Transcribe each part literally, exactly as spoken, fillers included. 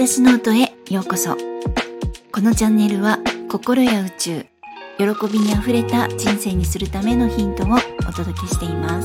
私の音へようこそ。このチャンネルは心や宇宙、喜びにあふれた人生にするためのヒントをお届けしています。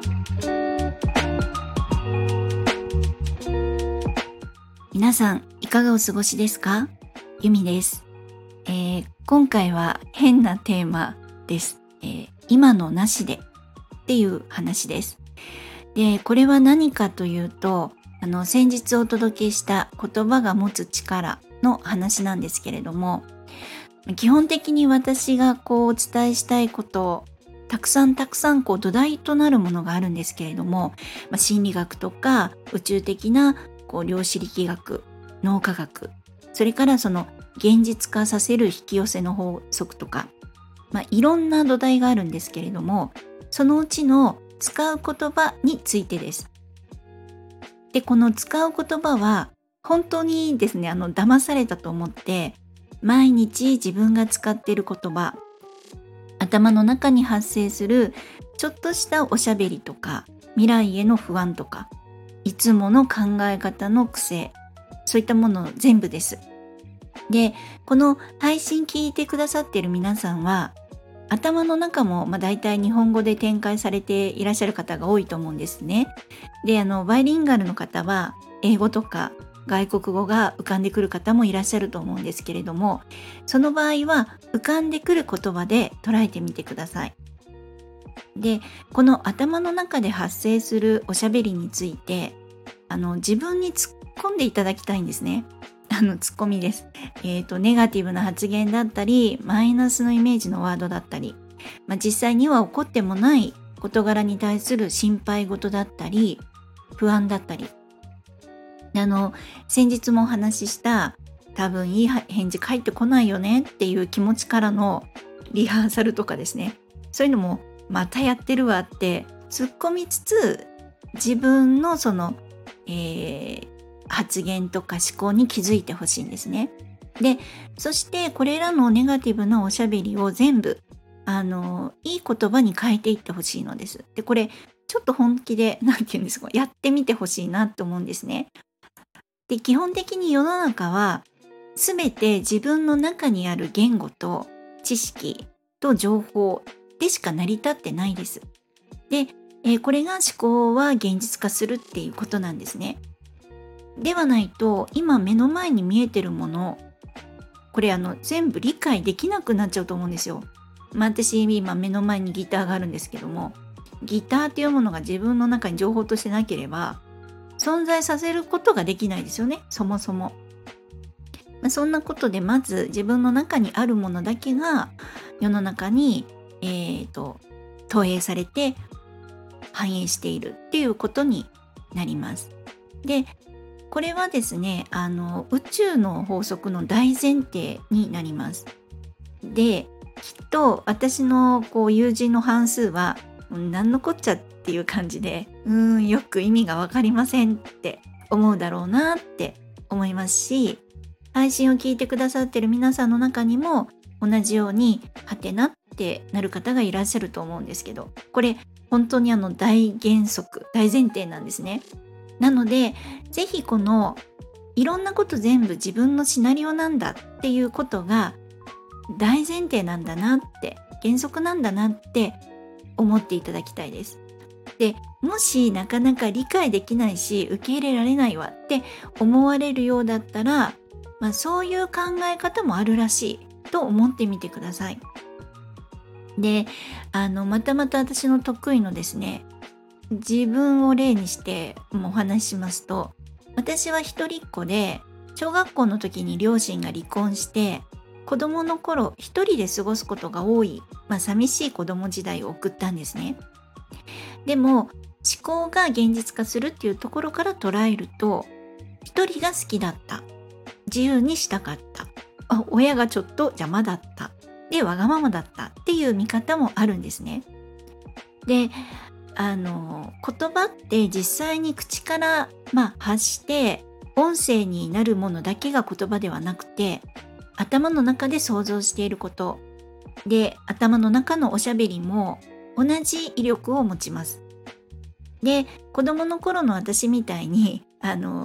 皆さんいかがお過ごしですか？ゆみです。えー、今回は変なテーマです。えー、今のなしでっていう話です。で、これは何かというと、あの先日お届けした言葉が持つ力の話なんですけれども、基本的に私がこうお伝えしたいことをたくさんたくさんこう土台となるものがあるんですけれども、まあ、心理学とか宇宙的なこう量子力学、脳科学、それからその現実化させる引き寄せの法則とか、まあ、いろんな土台があるんですけれども、そのうちの使う言葉についてです。で、この使う言葉は本当にですね、あの騙されたと思って毎日自分が使っている言葉、頭の中に発生するちょっとしたおしゃべりとか、未来への不安とか、いつもの考え方の癖、そういったもの全部です。で、この配信聞いてくださっている皆さんは頭の中もまあ大体日本語で展開されていらっしゃる方が多いと思うんですね。で、あのバイリンガルの方は英語とか外国語が浮かんでくる方もいらっしゃると思うんですけれども、その場合は浮かんでくる言葉で捉えてみてください。で、この頭の中で発生するおしゃべりについて、あの自分に突っ込んでいただきたいんですね。あのツッコミです。えーと、ネガティブな発言だったり、マイナスのイメージのワードだったり、まあ、実際には起こってもない事柄に対する心配事だったり、不安だったり、あの先日もお話しした多分いい返事返ってこないよねっていう気持ちからのリハーサルとかですね、そういうのもまたやってるわって突っ込みつつ、自分のその、えー発言とか思考に気づいてほしいんですね。で、そしてこれらのネガティブなおしゃべりを全部あのいい言葉に変えていってほしいのです。で、これちょっと本気でなんて言うんですか、やってみてほしいなと思うんですね。で、基本的に世の中は全て自分の中にある言語と知識と情報でしか成り立ってないです。で、えーこれが思考は現実化するっていうことなんですね。ではないと今目の前に見えてるもの、これあの全部理解できなくなっちゃうと思うんですよ。まあ、私今目の前にギターがあるんですけども、ギターっていうものが自分の中に情報としてなければ存在させることができないですよね、そもそも。まあ、そんなことでまず自分の中にあるものだけが世の中に、えーと投影されて反映しているっていうことになります。で、これはですね、あの宇宙の法則の大前提になります。で、きっと私のこう友人の半数は何のこっちゃっていう感じで、うーんよく意味がわかりませんって思うだろうなって思いますし、配信を聞いてくださってる皆さんの中にも同じようにハテナってなる方がいらっしゃると思うんですけど、これ本当にあの大原則、大前提なんですね。なので、ぜひこのいろんなこと全部自分のシナリオなんだっていうことが大前提なんだなって、原則なんだなって思っていただきたいです。で、もしなかなか理解できないし受け入れられないわって思われるようだったら、まあ、そういう考え方もあるらしいと思ってみてください。で、あのまたまた私の得意のですね、自分を例にしてもお話ししますと、私は一人っ子で小学校の時に両親が離婚して、子供の頃一人で過ごすことが多い、まあ、寂しい子供時代を送ったんですね。でも思考が現実化するっていうところから捉えると、一人が好きだった、自由にしたかった、あ、親がちょっと邪魔だった、でわがままだったっていう見方もあるんですね。で、あの言葉って実際に口から、まあ、発して音声になるものだけが言葉ではなくて、頭の中で想像していることで、頭の中のおしゃべりも同じ威力を持ちます。で、子供の頃の私みたいにあの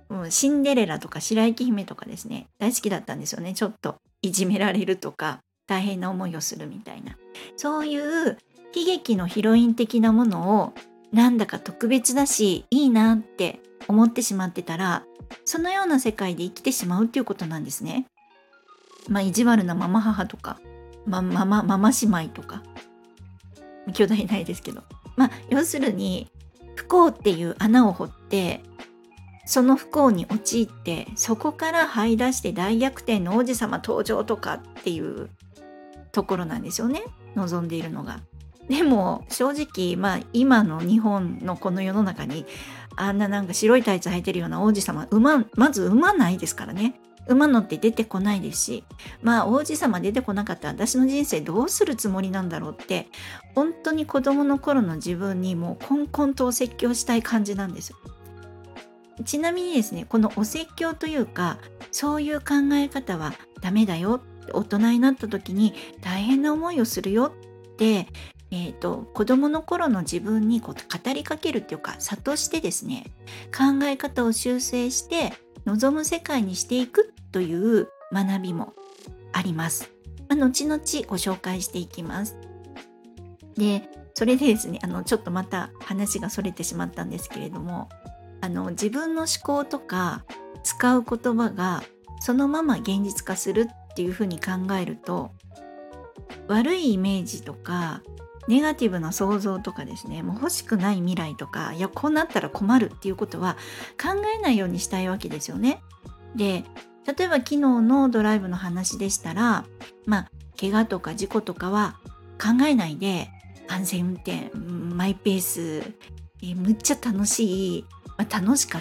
もうシンデレラとか白雪姫とかですね、大好きだったんですよね。ちょっといじめられるとか大変な思いをするみたいな、そういう悲劇のヒロイン的なものをなんだか特別だしいいなって思ってしまってたら、そのような世界で生きてしまうっていうことなんですね。まあ意地悪なママ母とか、ま、ママママ姉妹とか、兄弟いないですけど、まあ要するに不幸っていう穴を掘って、その不幸に陥ってそこから這い出して大逆転の王子様登場とかっていうところなんですよね、望んでいるのが。でも正直、まあ今の日本のこの世の中にあんななんか白いタイツ履いてるような王子様馬まず産まないですからね。馬のって出てこないですし、まあ王子様出てこなかったら私の人生どうするつもりなんだろうって、本当に子供の頃の自分にもうこんこんとお説教したい感じなんですよ。ちなみにですね、このお説教というか、そういう考え方はダメだよ、大人になった時に大変な思いをするよって、えーと、子供の頃の自分にこう語りかけるっていうか、諭してですね、考え方を修正して望む世界にしていくという学びもあります。まあ、後々ご紹介していきます。で、それでですね、あのちょっとまた話がそれてしまったんですけれども、あの自分の思考とか使う言葉がそのまま現実化するっていうふうに考えると、悪いイメージとかネガティブな想像とかですね、もう欲しくない未来とか、いやこうなったら困るっていうことは考えないようにしたいわけですよね。で、例えば昨日のドライブの話でしたら、まあ怪我とか事故とかは考えないで、安全運転、マイペース、えむっちゃ楽しい、まあ、楽しかった、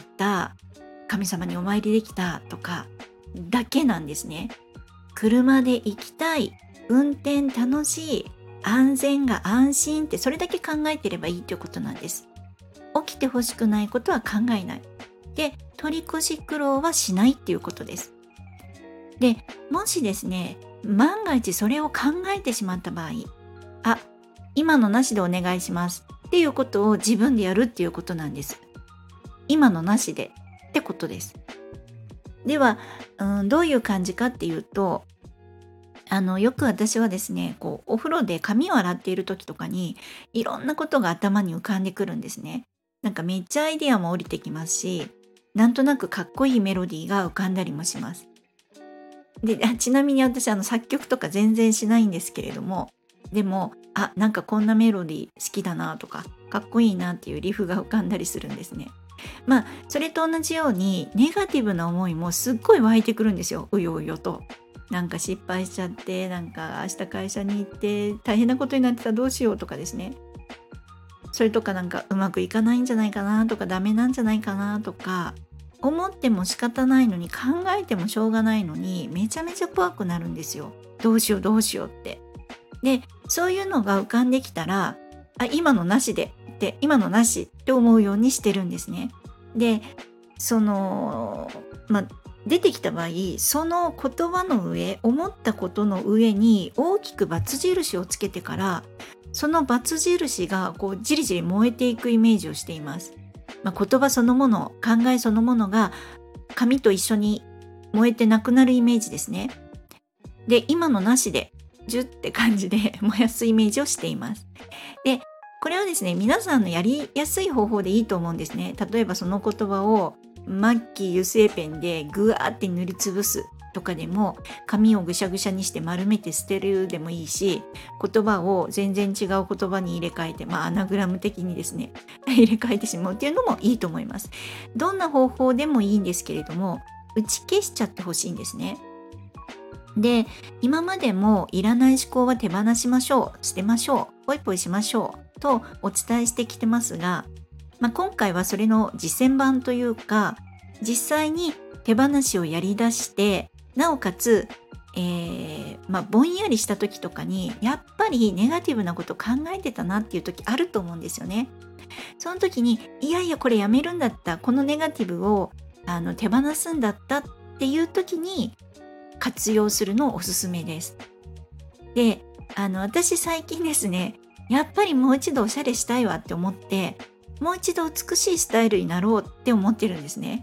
神様にお参りできたとかだけなんですね。車で行きたい、運転楽しい、安全が安心って、それだけ考えてればいいということなんです。起きてほしくないことは考えない。で、取り越し苦労はしないっていうことです。で、もしですね、万が一それを考えてしまった場合、あ、今のなしでお願いしますっていうことを自分でやるっていうことなんです。今のなしでってことです。では、うん、どういう感じかっていうと、あのよく私はですね、こうお風呂で髪を洗っている時とかにいろんなことが頭に浮かんでくるんですね。なんかめっちゃアイデアも降りてきますし、なんとなくかっこいいメロディーが浮かんだりもします。で、あちなみに私あの作曲とか全然しないんですけれども、でもあなんかこんなメロディー好きだなとか、かっこいいなっていうリフが浮かんだりするんですね。まあそれと同じようにネガティブな思いもすっごい湧いてくるんですよ、うようよと。なんか失敗しちゃって、なんか明日会社に行って大変なことになってたらどうしようとかですね。それとかなんかうまくいかないんじゃないかなとか、ダメなんじゃないかなとか思っても仕方ないのに、考えてもしょうがないのにめちゃめちゃ怖くなるんですよ。どうしようどうしようって。で、そういうのが浮かんできたら、あ今のなしでって今のなしって思うようにしてるんですね。で、そのまあ出てきた場合、その言葉の上、思ったことの上に大きく×印をつけてから、その×印がこうじりじり燃えていくイメージをしています。まあ、言葉そのもの、考えそのものが紙と一緒に燃えてなくなるイメージですね。で、今のなしでジュッって感じで燃やすイメージをしています。で、これはですね、皆さんのやりやすい方法でいいと思うんですね。例えばその言葉をマッキー油性ペンでぐわーって塗りつぶすとかでも、紙をぐしゃぐしゃにして丸めて捨てるでもいいし、言葉を全然違う言葉に入れ替えて、まあアナグラム的にですね入れ替えてしまうっていうのもいいと思います。どんな方法でもいいんですけれども、打ち消しちゃってほしいんですね。で、今までもいらない思考は手放しましょう、捨てましょう、ポイポイしましょうとお伝えしてきてますが、まあ、今回はそれの実践版というか、実際に手放しをやり出して、なおかつ、えーまあ、ぼんやりした時とかにやっぱりネガティブなこと考えてたなっていう時あると思うんですよね。その時に、いやいやこれやめるんだった、このネガティブをあの手放すんだったっていう時に活用するのをおすすめです。で、あの私最近ですね、やっぱりもう一度おしゃれしたいわって思って、もう一度美しいスタイルになろうって思ってるんですね。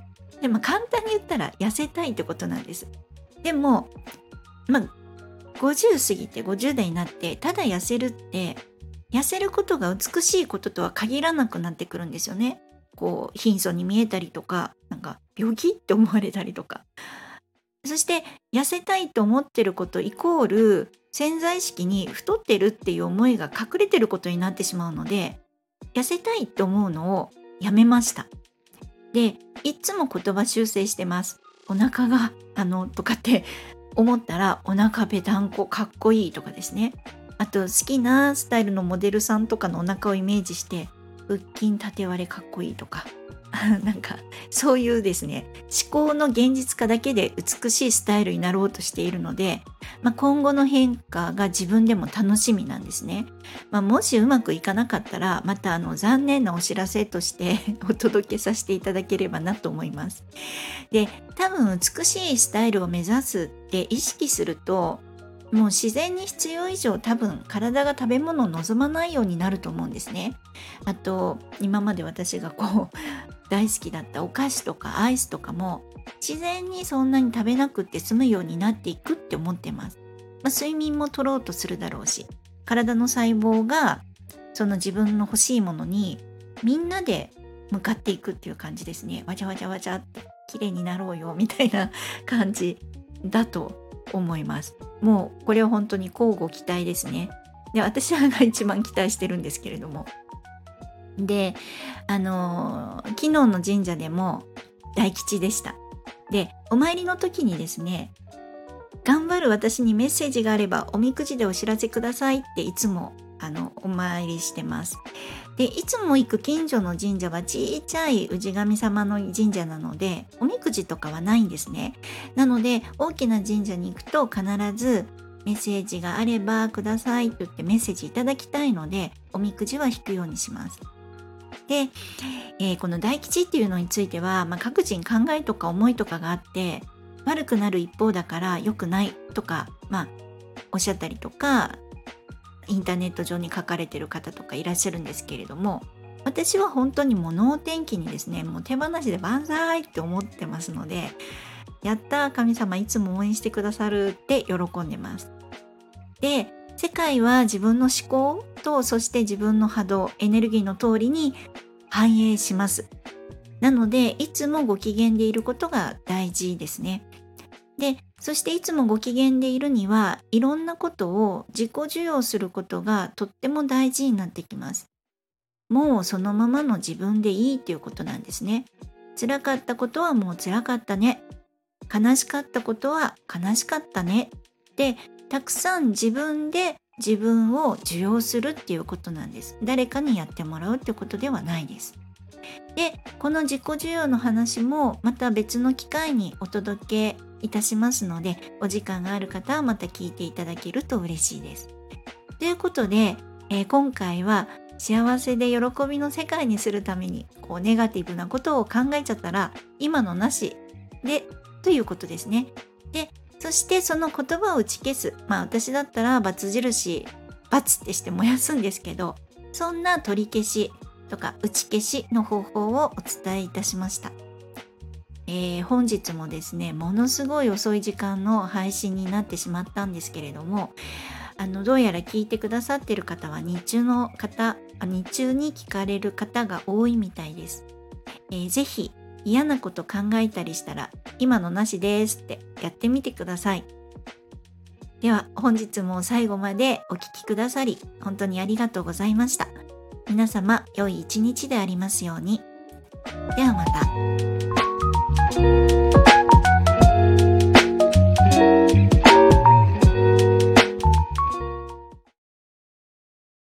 でも簡単に言ったら痩せたいってことなんです。でもまあごじゅう過ぎてごじゅう代になってただ痩せるって痩せることが美しいこととは限らなくなってくるんですよね。こう貧相に見えたりとか、なんか病気って思われたりとか。そして痩せたいと思ってることイコール潜在意識に太ってるっていう思いが隠れてることになってしまうので、痩せたいと思うのをやめました。で、いつも言葉修正してます。お腹があのとかって思ったら、お腹ぺたんこかっこいいとかですね。あと好きなスタイルのモデルさんとかのお腹をイメージして腹筋縦割れかっこいいとかなんかそういうですね、思考の現実化だけで美しいスタイルになろうとしているので、まあ、今後の変化が自分でも楽しみなんですね。まあ、もしうまくいかなかったらまたあの残念なお知らせとしてお届けさせていただければなと思います。で、多分美しいスタイルを目指すって意識すると、もう自然に必要以上多分体が食べ物を望まないようになると思うんですね。あと今まで私がこう大好きだったお菓子とかアイスとかも自然にそんなに食べなくって済むようになっていくって思ってます。まあ、睡眠も取ろうとするだろうし、体の細胞がその自分の欲しいものにみんなで向かっていくっていう感じですね。わちゃわちゃわちゃって綺麗になろうよみたいな感じだと思います。もうこれは本当に交互期待ですね。で、私が一番期待してるんですけれども。で、あのー昨日の神社でも大吉でした。で、お参りの時にですね、頑張る私にメッセージがあればおみくじでお知らせくださいっていつもあのお参りしてます。で、いつも行く近所の神社はちっちゃい氏神様の神社なのでおみくじとかはないんですね。なので大きな神社に行くと必ずメッセージがあればくださいと言ってメッセージいただきたいのでおみくじは引くようにします。で、えーこの大吉っていうのについては、まあ、各人考えとか思いとかがあって悪くなる一方だから良くないとか、まあ、おっしゃったりとかインターネット上に書かれてる方とかいらっしゃるんですけれども、私は本当に物を天気にですね、もう手放しで万歳って思ってますので、やったー神様いつも応援してくださるって喜んでます。で、世界は自分の思考とそして自分の波動エネルギーの通りに反映します。なのでいつもご機嫌でいることが大事ですね。で、そしていつもご機嫌でいるにはいろんなことを自己受容することがとっても大事になってきます。もうそのままの自分でいいっていうことなんですね。辛かったことはもう辛かったね。悲しかったことは悲しかったね。で、たくさん自分で自分を受容するっていうことなんです。誰かにやってもらうってことではないです。で、この自己受容の話もまた別の機会にお届けいたしますので、お時間がある方はまた聞いていただけると嬉しいです。ということで、えー今回は幸せで喜びの世界にするためにこうネガティブなことを考えちゃったら今のなしでということですね。で、そしてその言葉を打ち消す。まあ私だったら×印、×ってして燃やすんですけど、そんな取り消しとか打ち消しの方法をお伝えいたしました。えー本日もですね、ものすごい遅い時間の配信になってしまったんですけれども、あのどうやら聞いてくださってる方は日中の方、あ日中に聞かれる方が多いみたいです。えーぜひ嫌なこと考えたりしたら今のなしですってやってみてください。では本日も最後までお聞きくださり本当にありがとうございました。皆様良い一日でありますように。ではまた。